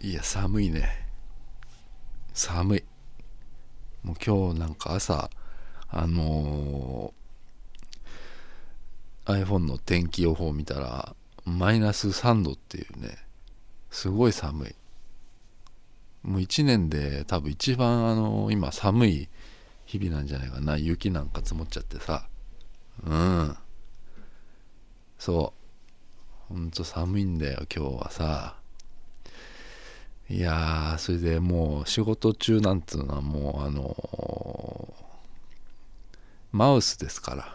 いや寒いね。寒い。もう今日なんか朝iPhone の天気予報見たらマイナス3度っていうね、すごい寒い。もう1年で多分一番今寒い日々なんじゃないかな。雪なんか積もっちゃってさ、そうほんと寒いんだよ今日はさ。いやー、それでもう仕事中なんつうのはもうマウスですから、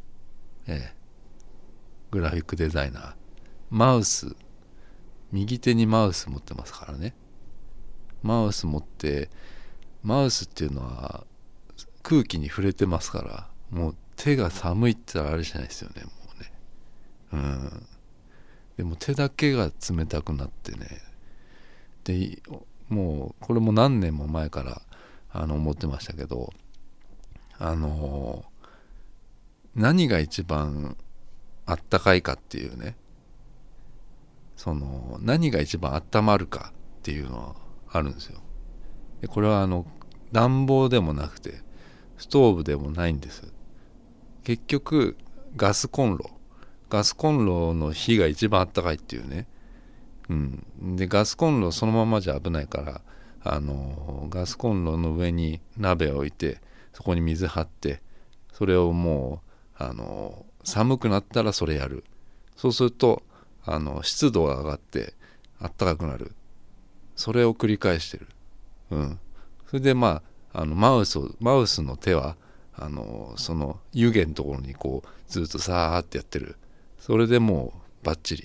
グラフィックデザイナー、マウス、右手にマウス持ってますからね。マウス持って、マウスっていうのは空気に触れてますから、もう手が寒いって言ったらあれじゃないですよね、もうね。でも手だけが冷たくなってね。でもうこれも何年も前から思ってましたけど、何が一番あったかいかっていうね、その何が一番温まるかっていうのはあるんですよ。でこれは暖房でもなくてストーブでもないんです。結局ガスコンロの火が一番あったかいっていうね。でガスコンロそのままじゃ危ないから、ガスコンロの上に鍋を置いて、そこに水張って、それをもう寒くなったらそれやる。そうすると湿度が上がってあったかくなる。それを繰り返してる。それでマウスの手はその湯気のところにこうずっとさーってやってる。それでもうバッチリ。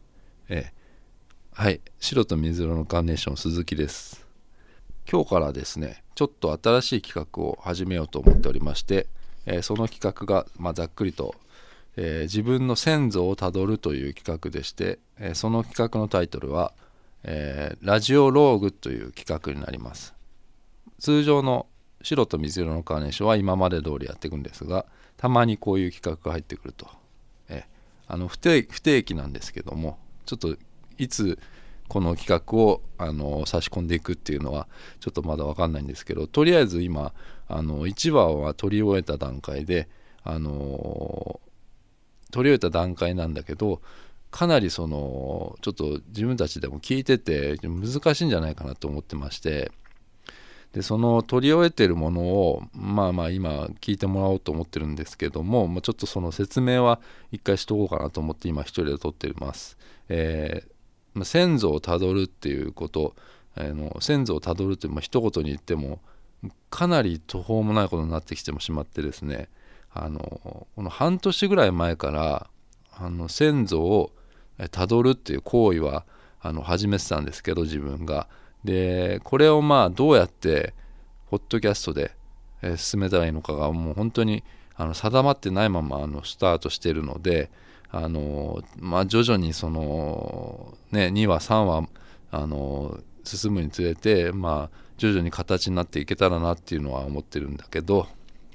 はい、白と水色のカーネーション鈴木です。今日からですね、ちょっと新しい企画を始めようと思っておりまして、その企画が、ざっくりと、自分の先祖をたどるという企画でして、その企画のタイトルは、ラジオローグという企画になります。通常の白と水色のカーネーションは今まで通りやっていくんですが、たまにこういう企画が入ってくると、不定期なんですけども、ちょっといつこの企画を差し込んでいくっていうのはちょっとまだ分かんないんですけど、とりあえず今1話は取り終えた段階で、取り終えた段階なんだけど、かなりちょっと自分たちでも聞いてて難しいんじゃないかなと思ってまして、でその取り終えてるものを今聞いてもらおうと思ってるんですけども、ちょっとその説明は一回しとこうかなと思って今一人で撮ってます。先祖をたどるっていうこと、先祖をたどるって一言に言ってもかなり途方もないことになってきてしまってですね、この半年ぐらい前から先祖をたどるっていう行為は始めてたんですけど、自分が。でこれをどうやってポッドキャストで進めたらいいのかがもう本当に定まってないままスタートしているので、徐々にそのね2話3話進むにつれて徐々に形になっていけたらなっていうのは思ってるんだけど、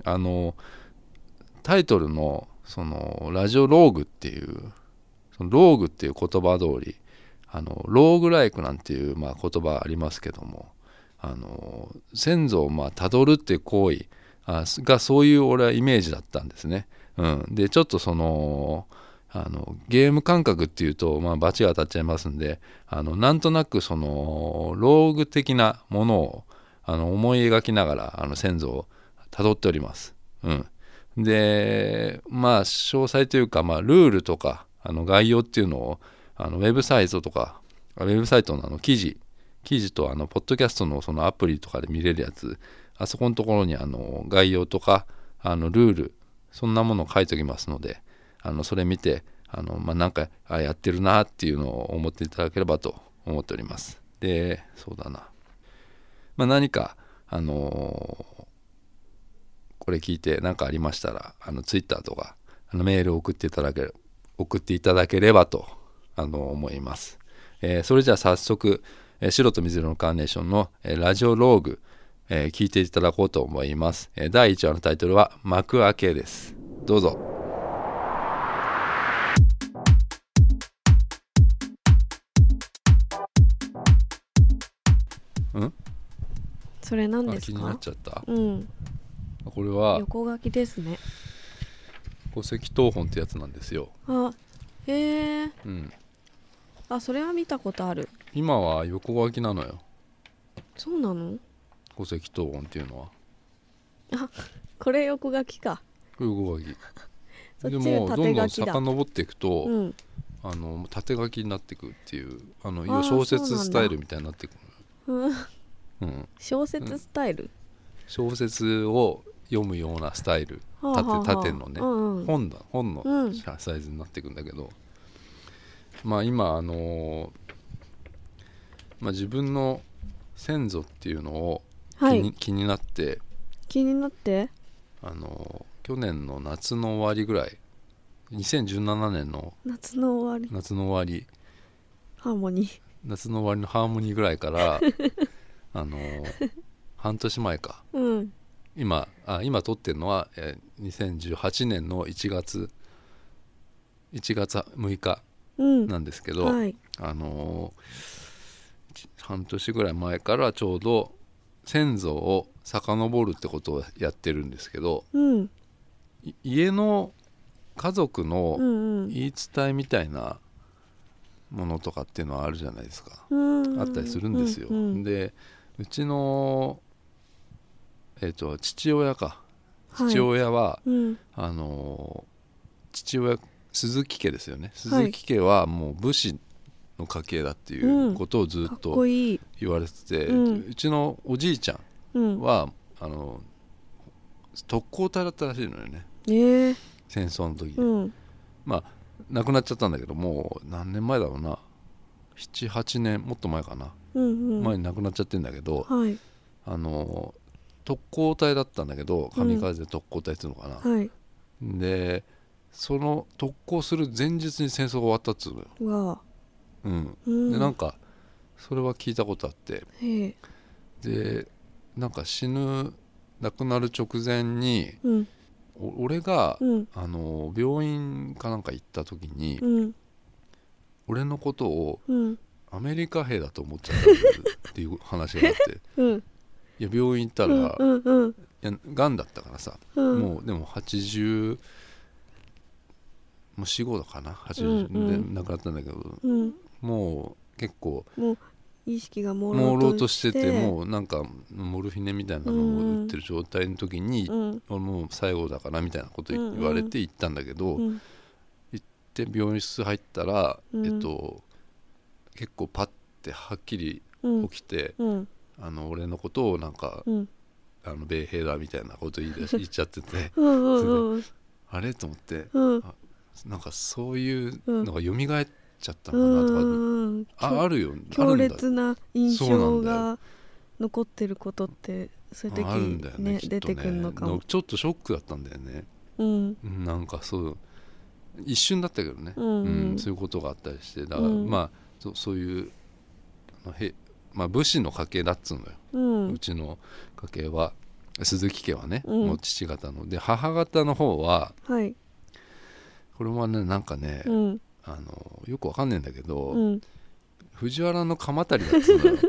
タイトルのそのラジオローグっていうそのローグっていう言葉通りローグライクなんていう言葉ありますけども、先祖をたどるっていう行為がそういう俺はイメージだったんですね。でちょっとそのゲーム感覚っていうとバチが当たっちゃいますんで、なんとなくそのローグ的なものを思い描きながら先祖をたどっております。で詳細というかルールとか概要っていうのをウェブサイトとかウェブサイトの記事とポッドキャストのそのアプリとかで見れるやつ、あそこのところに概要とかルール、そんなものを書いておきますので、それ見てなんかやってるなっていうのを思っていただければと思っております。でそうだな、何かこれ聞いて何かありましたらツイッターとかメールを送っていただければと思います。それじゃあ早速、白と水色のカーネーションの、ラジオローグ、聞いていただこうと思います。第1話のタイトルは幕開けです。どうぞ。 うんそれ何ですか？ 気になっちゃった。 うん、 これは横書きですね。 戸籍謄本ってやつなんですよ。 あ、へえ。 うん、 あ、それは見たことある。 今は横書きなのよ、 そうなの？ 戸籍謄本っていうのは。 あ、これ横書きか。 横書きそっちでもどんどん縦書きだ。 遡っていくと、 うん。 縦書きになっていくっていう要あーは小説そうなんだスタイルみたいになっていくうんの、うん、 小説スタイル。 小説を読むようなスタイル、 はあはあはあ縦のね、 うんうん、 本のうんサイズになっていくんだけど、まあ今自分の先祖っていうのをはい、 気になって、 気になって。 去年の夏の終わりぐらい、2017年の夏の終わり。 夏の終わりハーモニー。 夏の終わりのハーモニーぐらいから半年前か、 うん。 今撮ってるのは、2018年の1月6日うん。 なんですけど、 はい。 半年ぐらい前からちょうど先祖を遡るってことをやってるんですけど、 うん。 家の家族うのんうん。 言い伝えみたいなものとかっていうのはあるじゃないですか、 うん。 あったりするんですよ、 うん。 でうちの、父親か、 はい、 父親は、 うん、 父親鈴木家ですよね。 はい、 鈴木家はもう武士の家系だっていうことをずっかっとこいい。 言われてて、 うちのおじいちゃんは、特攻隊だったらしいのよね、戦争の時に、 うん、 まあ亡くなっちゃったんだけど、もう何年前だろうな、78年もっと前かな、 うんうん、 前に亡くなっちゃってるんだけど、 はい、 特攻隊だったんだけど、神風特攻隊っていうのかな、 はい、 でその特攻する前日に戦争が終わったっつうのよ。 わあ、 うん、 うん、 でなんかそれは聞いたことあって、 へえ、 でなんか亡くなる直前に、 うん、 俺が、 うん、 病院かなんか行った時に、 うん、 俺のことをうん、 アメリカ兵だと思っちゃったっていう話があってうん、 いや病院行ったら、 うん、うん、 いやがんだったからさ、 うん、 もうでも80もう45だかな、80、 うんうん、 で亡くなったんだけど、 うん、 もう結構もう意識が朦朦朧朧としてて、もう、 うなんかモルフィネみたいなのを売ってる状態の時に、 うん、 俺もう最後だからみたいなこと言われて行ったんだけど、 うん、 行って病室入ったら、 うん、 結構パッてはっきり起きて、 うん、 俺のことをなんか、 うん、 米兵だみたいなこと言っちゃっててうん、うん、 あれと思って、 うん、 なんかそういうのが蘇っちゃったうのかなとか、 ん、 あるよ、 強烈な印象そうなんだよ、 が残ってることってそういう時あるんだよね、きっとね出てくるのかも。 ちょっとショックだったんだよね、 うん、 なんかそう一瞬だったけどね、そういうことがあったりして、だから、まあそういう武士の家系だっつうのよ、うちの家系は、鈴木家はね、もう父方ので、母方の方は、 はい、 これはねなんかね、よくわかんないんだけど、藤原の鎌足だっつうのよ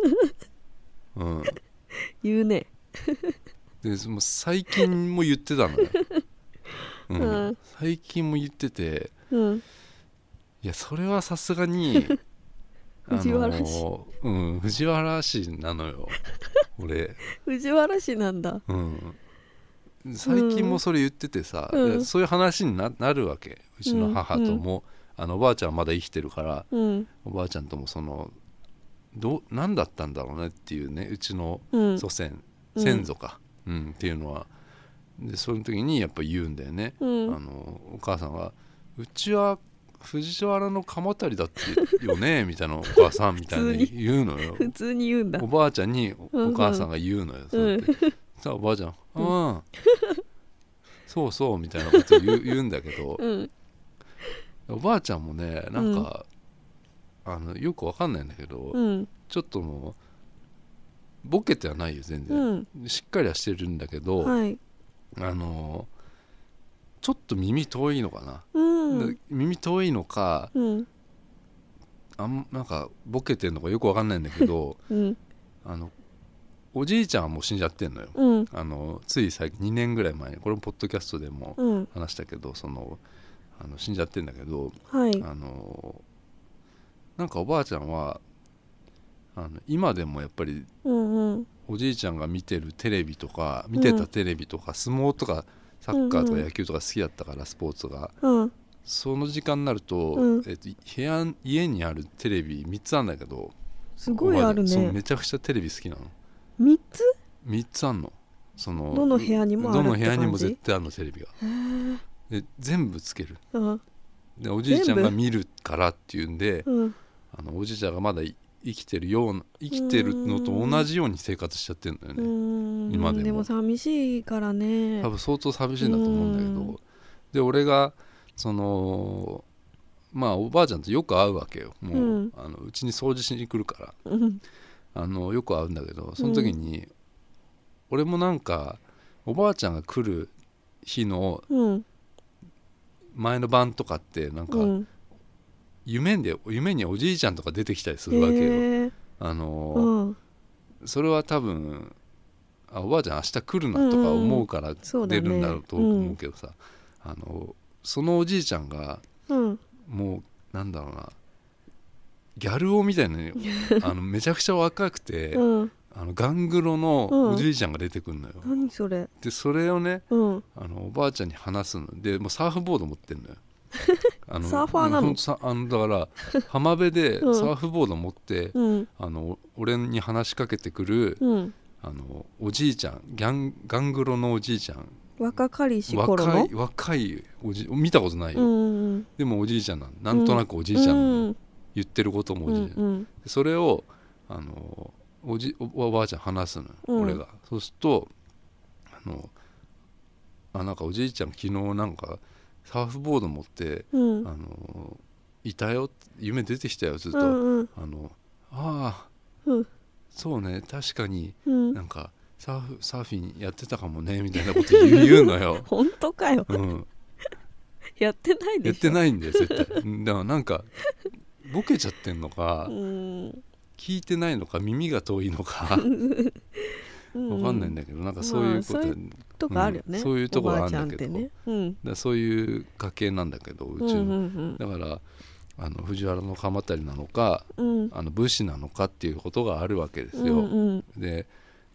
言うね。 でもう最近も言ってたのよ、最近も言ってて、いやそれはさすがに藤原氏、 藤原氏なのよ俺、 藤原氏なんだ。 最近もそれ言っててさ、そういう話に なるわけ、うちの母とも、おばあちゃんはまだ生きてるから、おばあちゃんとも何だったんだろうねっていうね、うちの祖先、先祖か、っていうのは、でその時にやっぱ言うんだよね、お母さんはうちは藤原の鎌足だってよねみたいな、お母さんみたいに言うのよ普通に言うんだ。 おばあちゃんにお母さんが言うのよ、そうやってさあおばあちゃん、そうそうみたいなこと言うんだけど、おばあちゃんもねなんか、よくわかんないんだけど、ちょっともうボケてはないよ全然、しっかりはしてるんだけど、ちょっと耳遠いのかな、耳遠いのか、なんかボケてるのかよくわかんないんだけど、 おじいちゃんはもう死んじゃってんのよ、 うん。 つい最近2年ぐらい前にこれもポッドキャストでもうん。 話したけど、死んじゃってんだけど、 はい。 なんかおばあちゃんは今でもやっぱりうんうん。 おじいちゃんが見てるテレビとか見てたテレビとか、相撲とかサッカーとか野球とか好きだったから、スポーツがうん。 その時間になると、 うん家にあるテレビ3つあるんだけど、 すごいあるね。 そうめちゃくちゃテレビ好きなの。 3つ？ 3つあんの。 どの部屋にもあるって感じ？ どの部屋にも絶対あるの、テレビが。 へー。 で全部つける。 うん。 でおじいちゃんが見るからっていうんで、 うん。 おじいちゃんがまだ生きてるのと同じように生活しちゃってるんだよね。今でも。 でも寂しいからね。 多分相当寂しいんだと思うんだけど、で俺がまあおばあちゃんとよく会うわけよ。もう、うちに掃除しに来るかうん。 らよく会うんだけど、その時に、俺もなんかおばあちゃんが来る日の前の晩とかってなんか、夢におじいちゃんとか出てきたりするわけよ。それは多分おばあちゃん明日来るなとか思うから出るんだろうと思うけどさ、そのおじいちゃんが、もうなんだろうな、ギャル男みたいなめちゃくちゃ若くて、ガングロのおじいちゃんが出てくるのよ。 何それ？ でそれをね、おばあちゃんに話すので、もうサーフボード持ってんのよ。 サーファーなの？ だから浜辺でサーフボード持って、俺に話しかけてくる、おじいちゃん、ガングロのおじいちゃん、 若かりし頃の若い見たことないよ、でもおじいちゃんなんとなくおじいちゃん、言ってることもおじいちゃん、それをおばあちゃん話すのよ、俺が。そうするとなんかおじいちゃん昨日なんかサーフボード持って、いたよ、夢出てきたよずっと、ああ、そうね、確かに、なんかサーフィンやってたかもねみたいなこと言うのよ。 本当かよ、やってないでしょ。 やってないんだよ絶対。だからなんかボケちゃってんのか、聞いてないのか、耳が遠いのか分かんないんだけど、なんかそういうこと、 とかあるよね、 そういうところあるんだけど、 だそういう家系なんだけど、うちの、だから藤原の鎌足なのか、武士なのかっていうことがあるわけですよ。で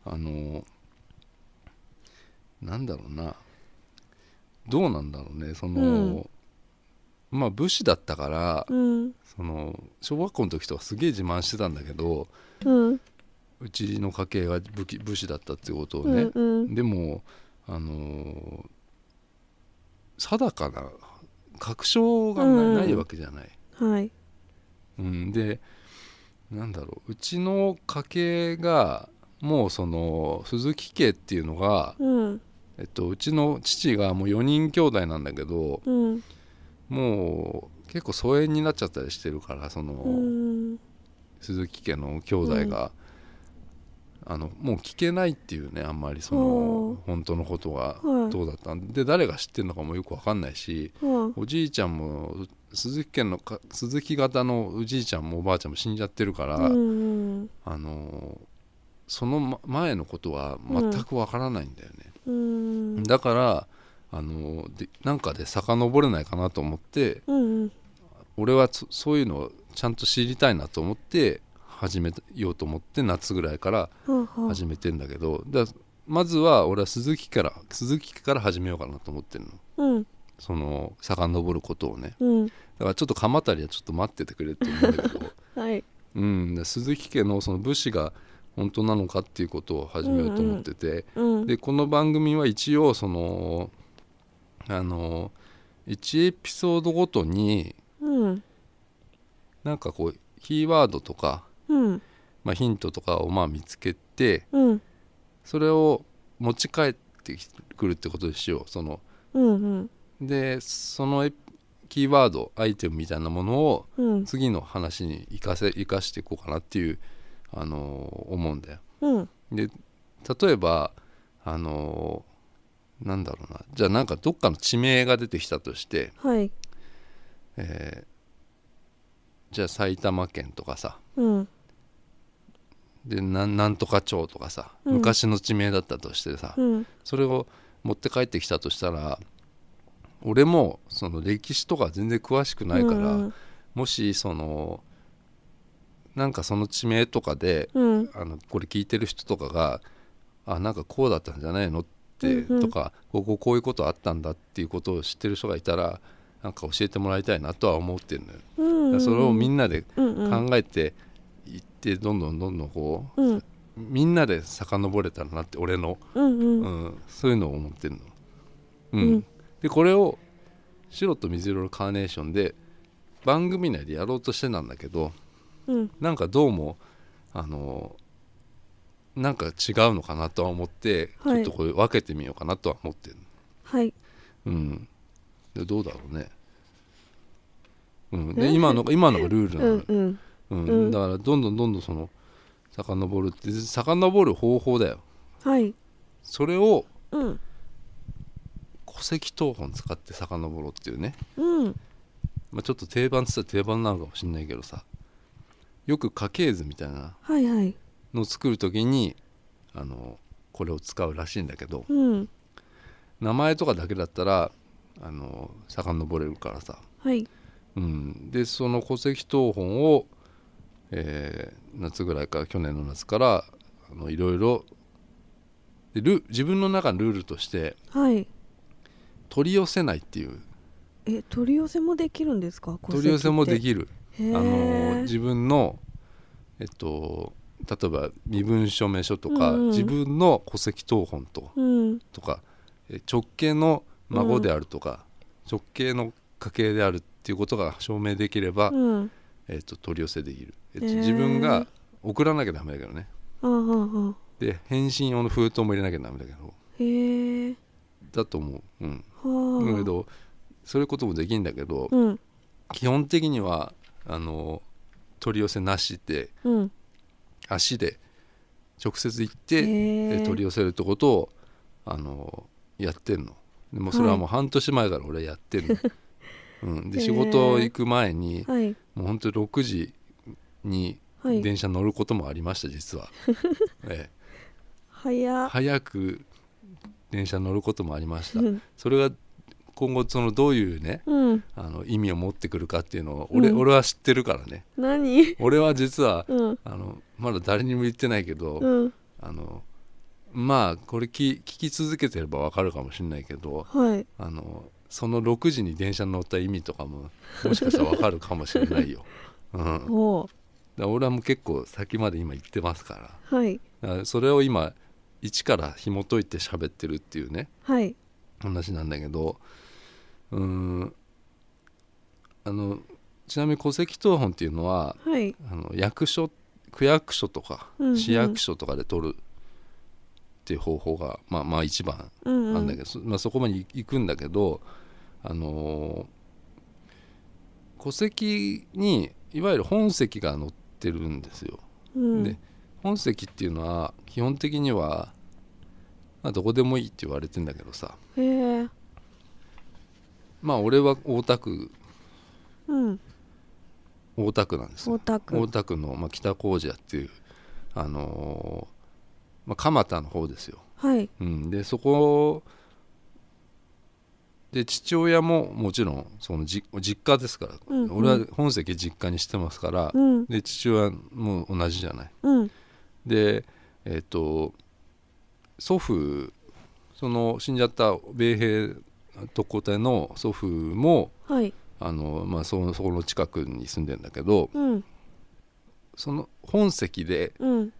なんだろうな、どうなんだろうね、まあ武士だったから、小学校の時とかすげえ自慢してたんだけど、うちの家系が武士だったっていうことをね、でも定かな確証がないわけじゃない、でなんだろう、うちの家系がもう鈴木家っていうのが、うちの父がもう4人兄弟なんだけど、もう結構疎遠になっちゃったりしてるから、鈴木家の兄弟が、もう聞けないっていうね、あんまり本当のことがどうだったんで、誰が知ってるのかもよく分かんないし、おじいちゃんも鈴木方のおじいちゃんもおばあちゃんも死んじゃってるから、その前のことは全く分からないんだよね。だからなんかで遡れないかなと思って、俺はそういうのをちゃんと知りたいなと思って始めようと思って、夏ぐらいから始めてんだけど、まずは俺は鈴木家から始めようかなと思ってるの、遡ることをね、だからちょっと鎌足はちょっと待っててくれって思うんだけど、鈴木家のその武士が本当なのかっていうことを始めようと思ってて、でこの番組は一応1エピソードごとに、なんかこうキーワードとか、ヒントとかを見つけて、それを持ち帰ってくるってことにしよう。でそのキーワード、アイテムみたいなものを次の話に生かしていこうかなっていう思うんだよ。で例えばなんだろうな、じゃあなんかどっかの地名が出てきたとして、じゃあ埼玉県とかさ、 でなんとか町とかさ、昔の地名だったとしてさ、それを持って帰ってきたとしたら、俺もその歴史とか全然詳しくないから、もしそのなんかその地名とかで、これ聞いてる人とかがなんかこうだったんじゃないのって、とかこういうことあったんだっていうことを知ってる人がいたらなんか教えてもらいたいなとは思ってるのよ、それをみんなで考えていって、どんどんこう、みんなで遡れたらなって、俺の、そういうのを思ってるの、でこれを白と水色のカーネーションで番組内でやろうとしてたんだけど、なんかどうもなんか違うのかなとは思って、ちょっとこれ分けてみようかなとは思ってる。でどうだろうね。で今のがルールなの、だからどんどんその遡るって遡る方法だよ。それを、戸籍謄本使って遡ろうっていうね、ちょっと定番って言ったら定番なのかもしれないけどさ、よく家系図みたいなのを作るときにこれを使うらしいんだけど、名前とかだけだったら遡れるからさ、でその戸籍謄本を、夏ぐらいから、去年の夏からいろいろで自分の中のルールとして、取り寄せないっていう。 取り寄せもできるんですか？ 取り寄せもできる。自分の例えば身分証明書とか、自分の戸籍謄本とか、直系の孫であるとか、直系の家系であるっていうことが証明できれば、取り寄せできる。自分が送らなきゃダメだけどね。で返信用の封筒も入れなきゃダメだけど、だと思う。だけどそういうこともできるんだけど、基本的には取り寄せなしで、足で直接行って、取り寄せるってことをやってんの。でもそれはもう半年前から俺やってるの、で仕事行く前に、もう本当に6時に電車乗ることもありました、実は。早く電車乗ることもありました。それが今後どういうね、意味を持ってくるかっていうのを俺は知ってるからね。俺は実は、まだ誰にも言ってないけど、まあこれ聞き続けてれば分かるかもしれないけど、その6時に電車に乗った意味とかももしかしたら分かるかもしれないよ。だから俺はもう結構先まで今言ってますから、だからそれを今一から紐解いて喋ってるっていうね、話なんだけど、ちなみに戸籍謄本っていうのは、区役所とか市役所とかで取るっていう方法がまあ一番あるんだけど、そこまで行くんだけど、戸籍にいわゆる本籍が載ってるんですよ。で本籍っていうのは基本的には、どこでもいいって言われてんだけどさ、俺は大田区なんですよ。大田区の、北糀谷っていう蒲田の方ですよ。でそこで父親ももちろんその実家ですから、俺は本籍実家にしてますから、で父親も同じじゃない。で祖父、その死んじゃった米兵特攻隊の祖父も、そこの近くに住んでんだけど、その本籍で、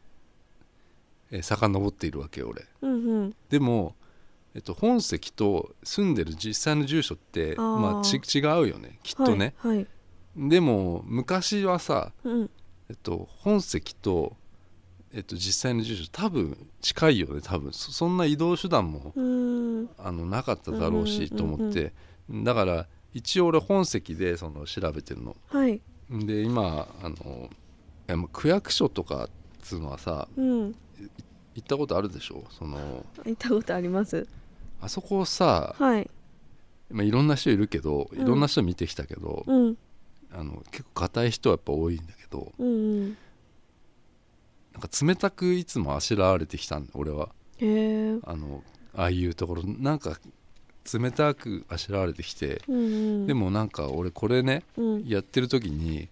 遡っているわけよ俺。でも、本籍と住んでる実際の住所って、違うよねきっとね。でも昔はさ、本籍と実際の住所多分近いよね。多分そんな移動手段もなかっただろうしと思って、だから一応俺本籍で調べてるの。で今区役所とかっつうのはさ、行ったことあるでしょ？ 行ったことあります。 あそこさ、いろんな人いるけど、いろんな人見てきたけど、結構硬い人はやっぱ多いんだけど、なんか冷たくいつもあしらわれてきたんだ俺は。 へえ。 ああいうところなんか冷たくあしらわれてきて、 うんうん、 でもなんか俺これね、 うん、 やってる時に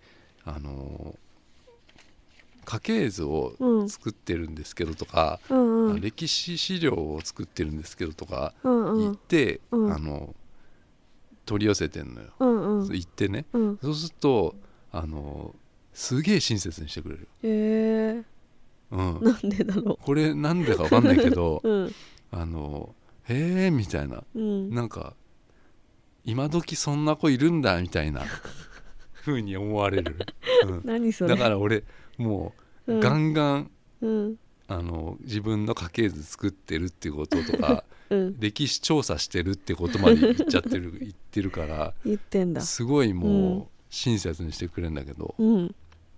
家系図を作ってるんですけどとか、 うんうん、 歴史資料を作ってるんですけどとかうんうん、 言って、 うん、 取り寄せてんのよ、 うんうん、 言ってね、 うん、 そうするとすげえ親切にしてくれる、 へえ。 うん、 なんでだろこれなんでか分かんないけどう。うん、 へえみたいな、 うん、 なんか今時そんな子いるんだみたいな風に思われる、うん、 何それ。 だから俺もううん、 ガンガンうん、 自分の家系図作ってるっていうこととかうん、 歴史調査してるってことまで言っちゃってる言ってるから言ってんだ。 すごいもう親切にしてくれるんだけど、 うん、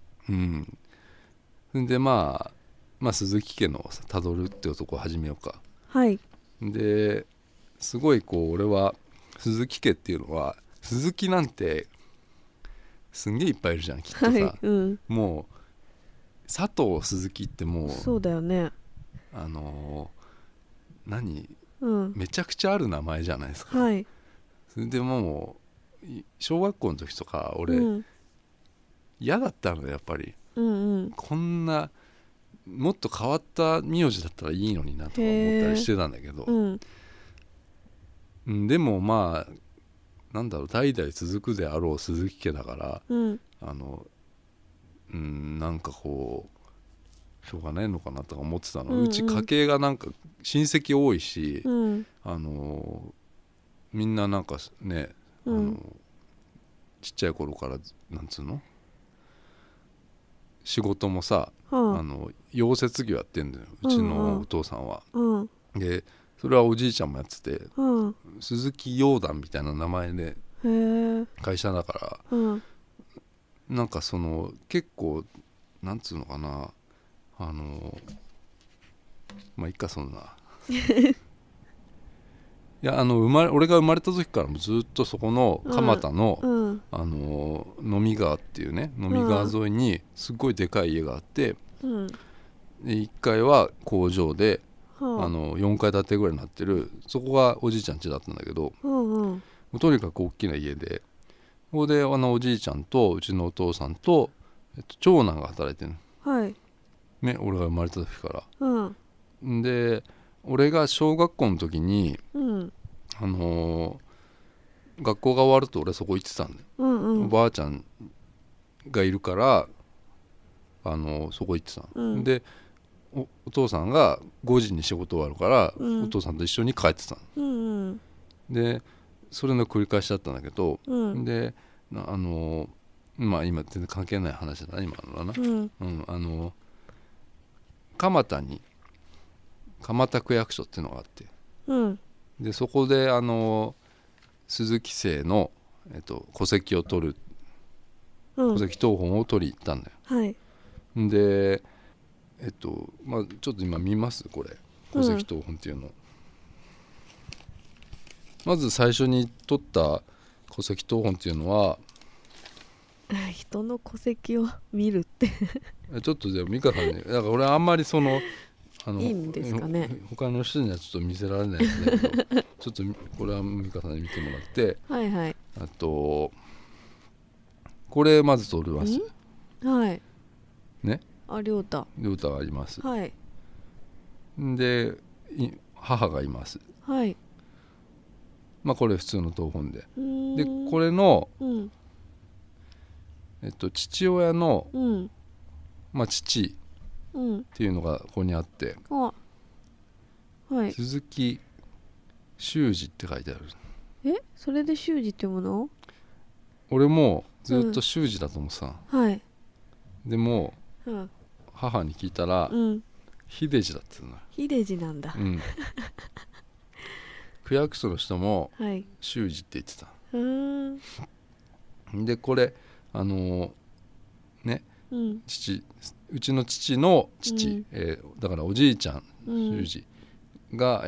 うん、でまあ鈴木家のたどるっていうとこを始めようか。 はい。 ですごいこう俺は鈴木家っていうのは鈴木なんてすんげえいっぱいいるじゃんきっとさ、 はい、うん、 もう佐藤鈴木ってもうそうだよね。 何うん、 めちゃくちゃある名前じゃないですか。 はい、 それでもう小学校の時とか俺、 うん、 嫌だったのよやっぱり。 うんうん、 こんなもっと変わった名字だったらいいのになとか思ったりしてたんだけど、 うん、 でもまあなんだろう代々続くであろう鈴木家だからうん、 なんかこうしょうがないのかなとか思ってたの、 うんうん、 うち家系がなんか親戚多いし、 うん、 みんななんかね、 うん、 ちっちゃい頃からなんつうの仕事もさ、 はあ、 溶接業やってんだようちのお父さんは、 うん、 でそれはおじいちゃんもやっててうん、 鈴木洋団みたいな名前でへえ、 会社だから、 うん、 なんかその結構なんつうのかなまあいっかそんないや俺が生まれた時からもずっとそこの蒲田の、 うん、 野見川っていうね野見川沿いにすっごいでかい家があって、 うん、 で1階は工場で、 はあ、 4階建てぐらいになってるそこがおじいちゃん家だったんだけど、 うんうん、 とにかく大きな家でここでおじいちゃんとうちのお父さんと、長男が働いてるの、 はい、 ね、俺が生まれた時から。 うん、 で俺が小学校の時に、 うん、 学校が終わると俺そこ行ってたんだよ、 うんうん、 おばあちゃんがいるからそこ行ってたの、 うん、 でお父さんが5時に仕事終わるから、 うん、 お父さんと一緒に帰ってたの、 うんうん、 でそれの繰り返しだったんだけど、 うん、 でまあ今全然関係ない話だな今のはな、蒲田に蒲田区役所っていうのがあって、 うん、 でそこで鈴木姓の、戸籍を取る、戸籍謄本を取り行ったんだよ、 はい、 でまあちょっと今見ますこれ戸籍謄本っていうの、まず最初に取った戸籍謄本っていうのは人の戸籍を見るってちょっとでも美香さんにだから俺あんまりそのいいんですかね、 他の人にはちょっと見せられないんだけどちょっとこれは美香さんに見てもらって、 はいはい、 あとこれまず取りますはいね、 亮太があります、 はい、 で母がいます、 はい、 まあこれ普通の謄本で、でこれ、 れの、 うん、 父親の、 うん、 まあ、父っていうのがここにあって、 あ、はい、 鈴木修二って書いてある。 それで修二って読むの？ 俺もずっと修二だと思ってた、 はい、 でも、 うん、 母に聞いたら、秀治だって言うの。 秀治なんだ、 区役所の人もはい、 修二って言ってた。 んでこれね、うちの父の父、だからおじいちゃん修二が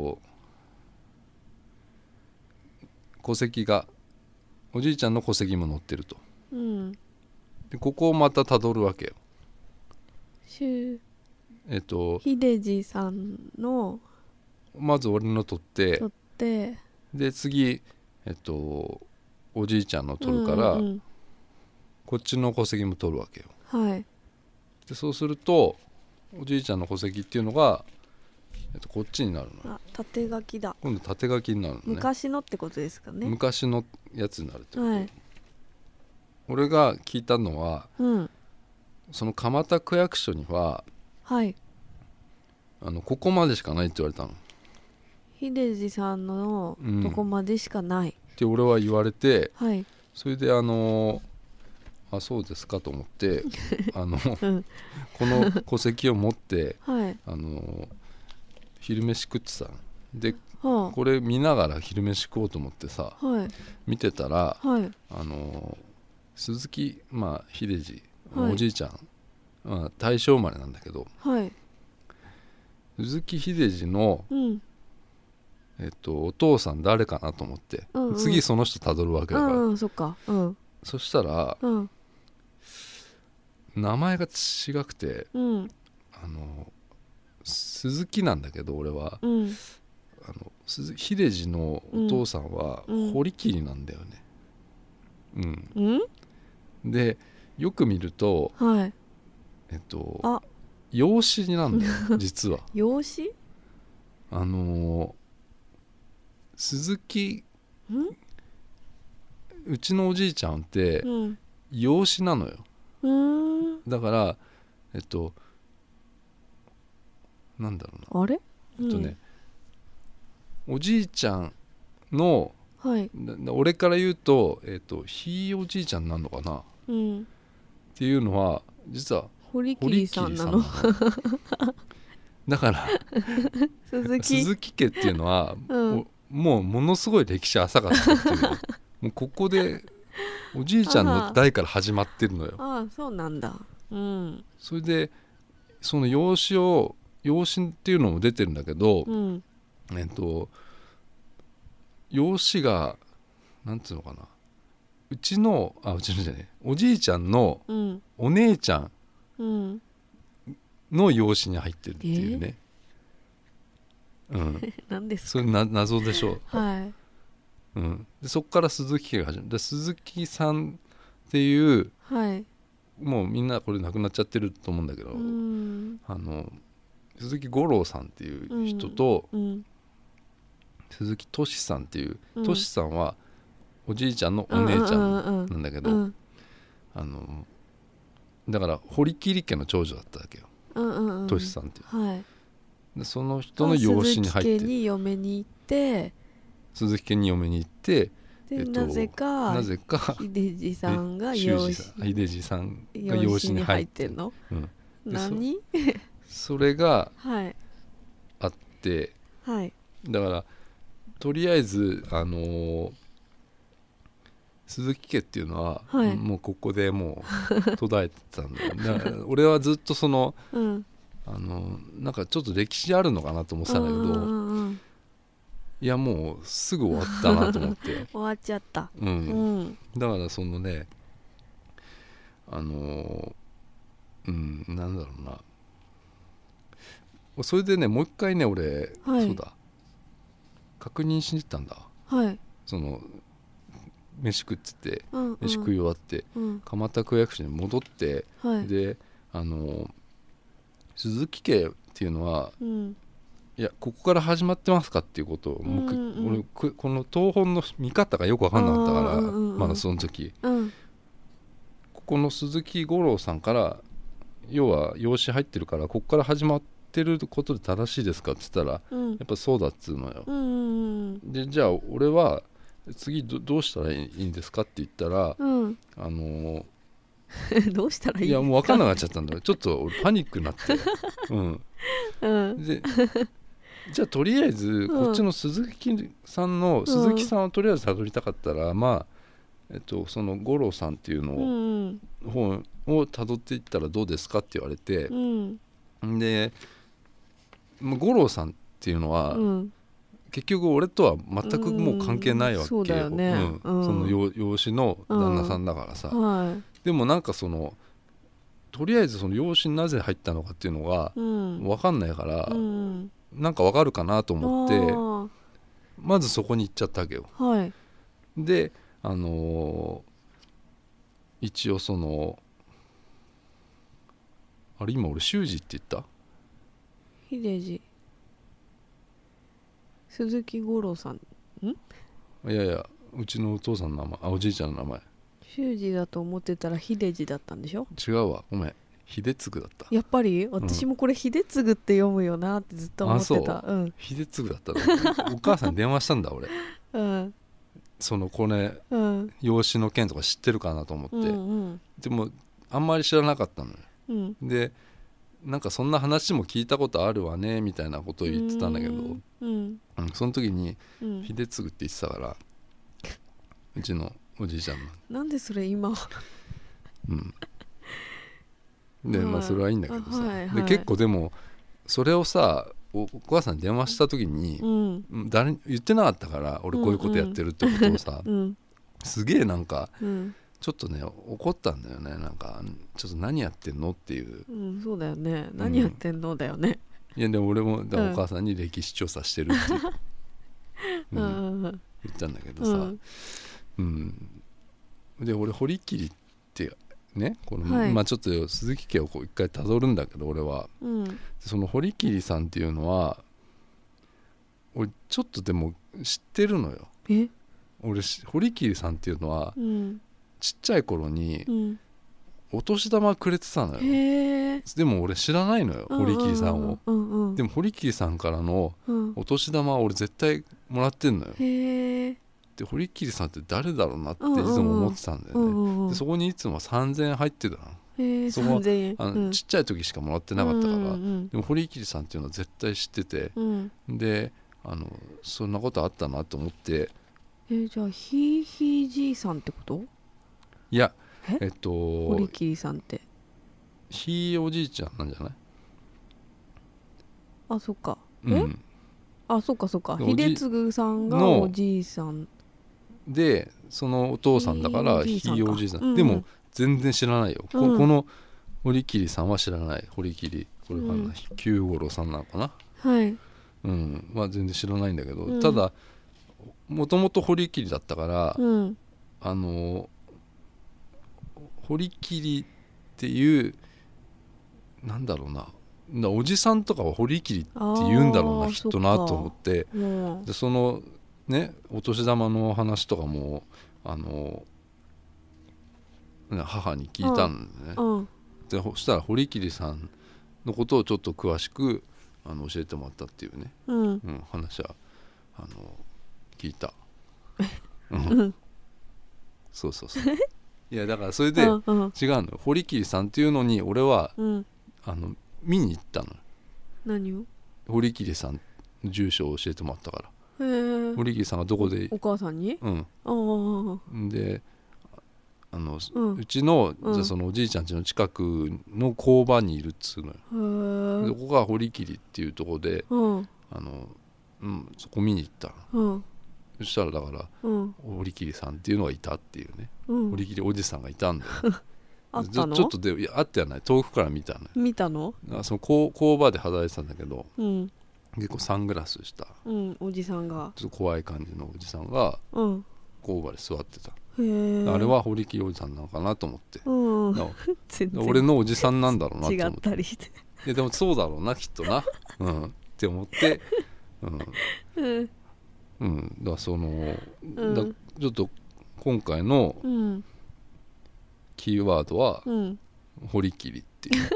戸籍がおじいちゃんの戸籍も載ってると、でここをまたたどるわけよ。 秀治さんのまず俺の取って取ってで次おじいちゃんの取るから、 うんうんこっちの戸籍も取るわけよ。 はいでそうするとおじいちゃんの戸籍っていうのが、こっちになるのよ。 あ縦書きだ今度縦書きになるのね。 昔のってことですかね昔のやつになるってこと、 はい俺が聞いたのはうんその蒲田区役所にははいここまでしかないって言われたの秀治さんのとこまでしかない、 って俺は言われて、 はいそれであそうですかと思ってうんこの戸籍を持ってはい昼飯食ってたではこれ見ながら昼飯食おうと思ってさあはい見てたらはい鈴木秀治、 はいおじいちゃん、大正生まれなんだけどはい鈴木秀治の、 うんお父さん誰かなと思って、 うんうん次その人たどるわけだから、 うんそっかうんそしたらうん名前が違くてうん鈴木なんだけど俺はうん秀治のお父さんはうん堀切なんだよね。 うんでよく見るとはいあ養子なんだよ実は養子鈴木んうちのおじいちゃんってうん養子なのよ。だからなんだろうなあれおじいちゃんのはい俺から言うとひいおじいちゃんになるのかなっうんていうのは実は堀堀切さん切さんななののだから鈴木鈴木家っていうのは、 うんもうものすごい歴史浅かったっていうもうここでおじいちゃんの代から始まってるのよ。 ああそうなんだうんそれでその養子っていうのも出てるんだけど、 うん養子がなんていうのかなうちのじゃねおじいちゃんのうんお姉ちゃんうんの養子に入ってるっていうね、 何ですそれ謎でしょはいでそこから鈴木家が始まるで鈴木さんっていうはいもうみんなこれ亡くなっちゃってると思うんだけど、 うん鈴木五郎さんっていう人と、 うん鈴木俊さんっていううん俊さんはおじいちゃんのお姉ちゃんなんだけど、 うんだから堀切家の長女だったわけようん俊さんっていうはいでその人の養子に入って鈴木家に嫁に行って鈴木家に嫁に行ってでなぜか秀治さんが養子秀治さんが養子に入ってんのうん何それがはいあってはいだからとりあえず鈴木家っていうのは、 はいもうここでもう途絶えてたんだよだから俺はずっとそのうんなんかちょっと歴史あるのかなと思ってたんだけど、 うんいやもうすぐ終わったなと思って終わっちゃったうんだからそのねなんだろうなそれでねもう一回ね俺、 はいそうだ確認しに行ったんだはいその飯食っててうん飯食い終わって、 うん蒲田区役所に戻って、 はいで鈴木家っていうのはうんいやここから始まってますかっていうことをもう俺この東本の見方がよく分かんなかったから、まだその時うんここの鈴木五郎さんから要は養子入ってるからここから始まってることで正しいですかって言ったらうんやっぱそうだっつうのよ、 うんでじゃあ俺は次どうしたらいいんですかって言ったらうんどうしたらいいいやもう分かんなくなっちゃったんだよちょっと俺パニックになってうんでじゃあとりあえずこっちの鈴木さんをとりあえずたどりたかったらその五郎さんっていうの本をたどっていったらどうですかって言われて、で五郎さんっていうのは、結局俺とは全くもう関係ないわけよ、 そうだよねその養子の旦那さんだからさ、でもなんかそのとりあえずその養子になぜ入ったのかっていうのがうん分かんないから、 うんなんか分かるかなと思ってあまずそこに行っちゃったわけよ。 ーはいで一応そのあれ今俺修二って言った？ 秀治鈴木五郎さんいやいやうちのお父さんの名前、おじいちゃんの名前修二だと思ってたら秀治だったんでしょ。 違うわ、ごめん、秀次だった。 やっぱり私もこれ秀次って読むよなってずっと思ってた。うん秀次だったのお母さんに電話したんだ俺。 うんそのこれうん養子の件とか知ってるかなと思って、 うんでもあんまり知らなかったのよ。 うんでなんかそんな話も聞いたことあるわねみたいなことを言ってたんだけど、 うんその時にうん秀次って言ってたから、うちのおじいちゃんの、 なんでそれ今で、 はいそれはいいんだけどさ、 はいはいで結構でもそれをさお母さんに電話した時に、誰に言ってなかったから俺こういうことやってるってことをさ、すげえなんかちょっとね怒ったんだよね。なんかちょっと何やってんのっていう、 そうだよね。何やってんのだよね。 いやでも俺もだからお母さんに歴史調査してるって言ったんだけどさ、で俺堀切ってねこの、 はいちょっと鈴木家をこう一回たどるんだけど俺は、その堀切さんっていうのは俺ちょっとでも知ってるのよ。俺堀切さんっていうのは、ちっちゃい頃にお年玉くれてたのよ。でも俺知らないのよ堀切さんを。でも堀切さんからのお年玉は俺絶対もらってんのよ。で堀切さんって誰だろうなっていつも思ってたんだよね。でそこにいつも3000円入ってたの。そこはちっちゃい時しかもらってなかったから、でも堀切さんっていうのは絶対知ってて、でそんなことあったなと思って。 じゃあひいひいじいさんってこと？ いや堀切さんってひいおじいちゃんなんじゃない？ あ、そっか。あ、そっかそっか。秀次さんがおじいさんで、そのお父さんだからひいおじいさん。でも全然知らないよ。この堀切さんは知らない。堀切これかな、九五郎さんなのかな。 はい。 全然知らないんだけど、ただもともと堀切だったから、堀切っていうなんだろうな、おじさんとかは堀切って言うんだろうなきっとなと思って、でそのねお年玉の話とかも母に聞いたんでね、でそしたら堀切さんのことをちょっと詳しく教えてもらったっていうね、話は聞いた。そうそうそう。いやだからそれで違うのよ。堀切さんっていうのに俺は、見に行ったの。 何を？ 堀切さんの住所を教えてもらったから。堀切さんがどこでお母さんに？ でうちの、じゃそのおじいちゃん家の近くの工場にいるっつうのよ。そこが堀切っていうところで、そこ見に行ったの。そしたらだから、堀切さんっていうのがいたっていうね、堀切おじさんがいたんだよ。 あったの？ ちょっとであってはない、遠くから見たのよ。 見たの？ その工場で働いてたんだけど、結構サングラスした、 おじさんがちょっと怖い感じのおじさんが、工場で座ってた。あれは堀切おじさんなのかなと思って、俺のおじさんなんだろうなと思って。 違ったりして。いやでもそうだろうなきっとな、って思って、だからその、ちょっと今回のキーワードは、堀切っていう。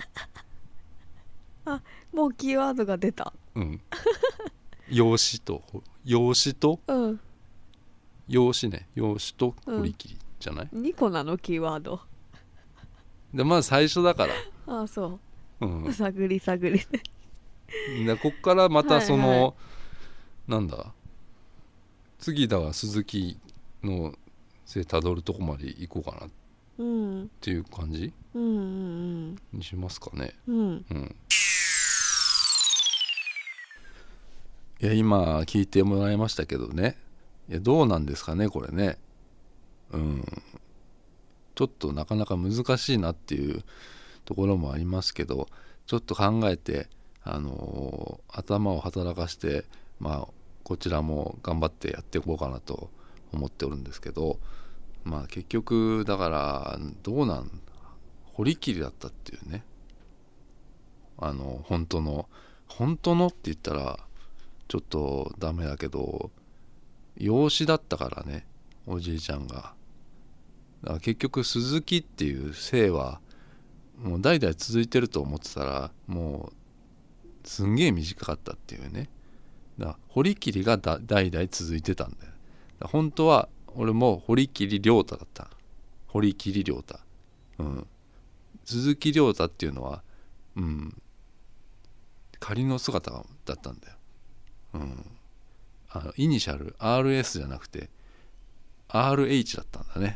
あ、もうキーワードが出た。 養子と養子と、養子ね、養子と堀切じゃない ？2個なのキーワードで、まず最初だから。 あ、そう、探り探りでこっからまたその、なんだ次だから鈴木のせたどるとこまで行こうかなっていう感じ、にしますかね。いや今聞いてもらいましたけどね、いやどうなんですかねこれね。ちょっとなかなか難しいなっていうところもありますけど、ちょっと考えて、頭を働かして、こちらも頑張ってやっていこうかなと思っておるんですけど、結局だからどう堀切だったっていうね。本当のって言ったらちょっとダメだけど、養子だったからね、おじいちゃんが。だから結局鈴木っていう姓はもう代々続いてると思ってたら、もうすんげえ短かったっていうね。だから堀切が代々続いてたんだよ。だから本当は俺も堀切亮太だった。堀切亮太。鈴木亮太っていうのは、仮の姿だったんだよ。イニシャル RS じゃなくて RH だったんだね。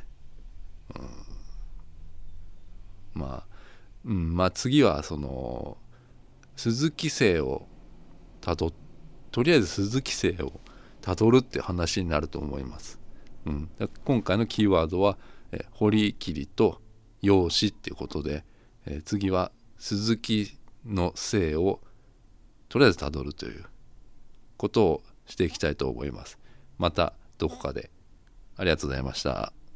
次はその鈴木姓をとりあえず鈴木姓をたどるって話になると思います。今回のキーワードは堀切と養子っていうことで、次は鈴木の姓をとりあえずたどるということをしていきたいと思います。またどこかで。ありがとうございました。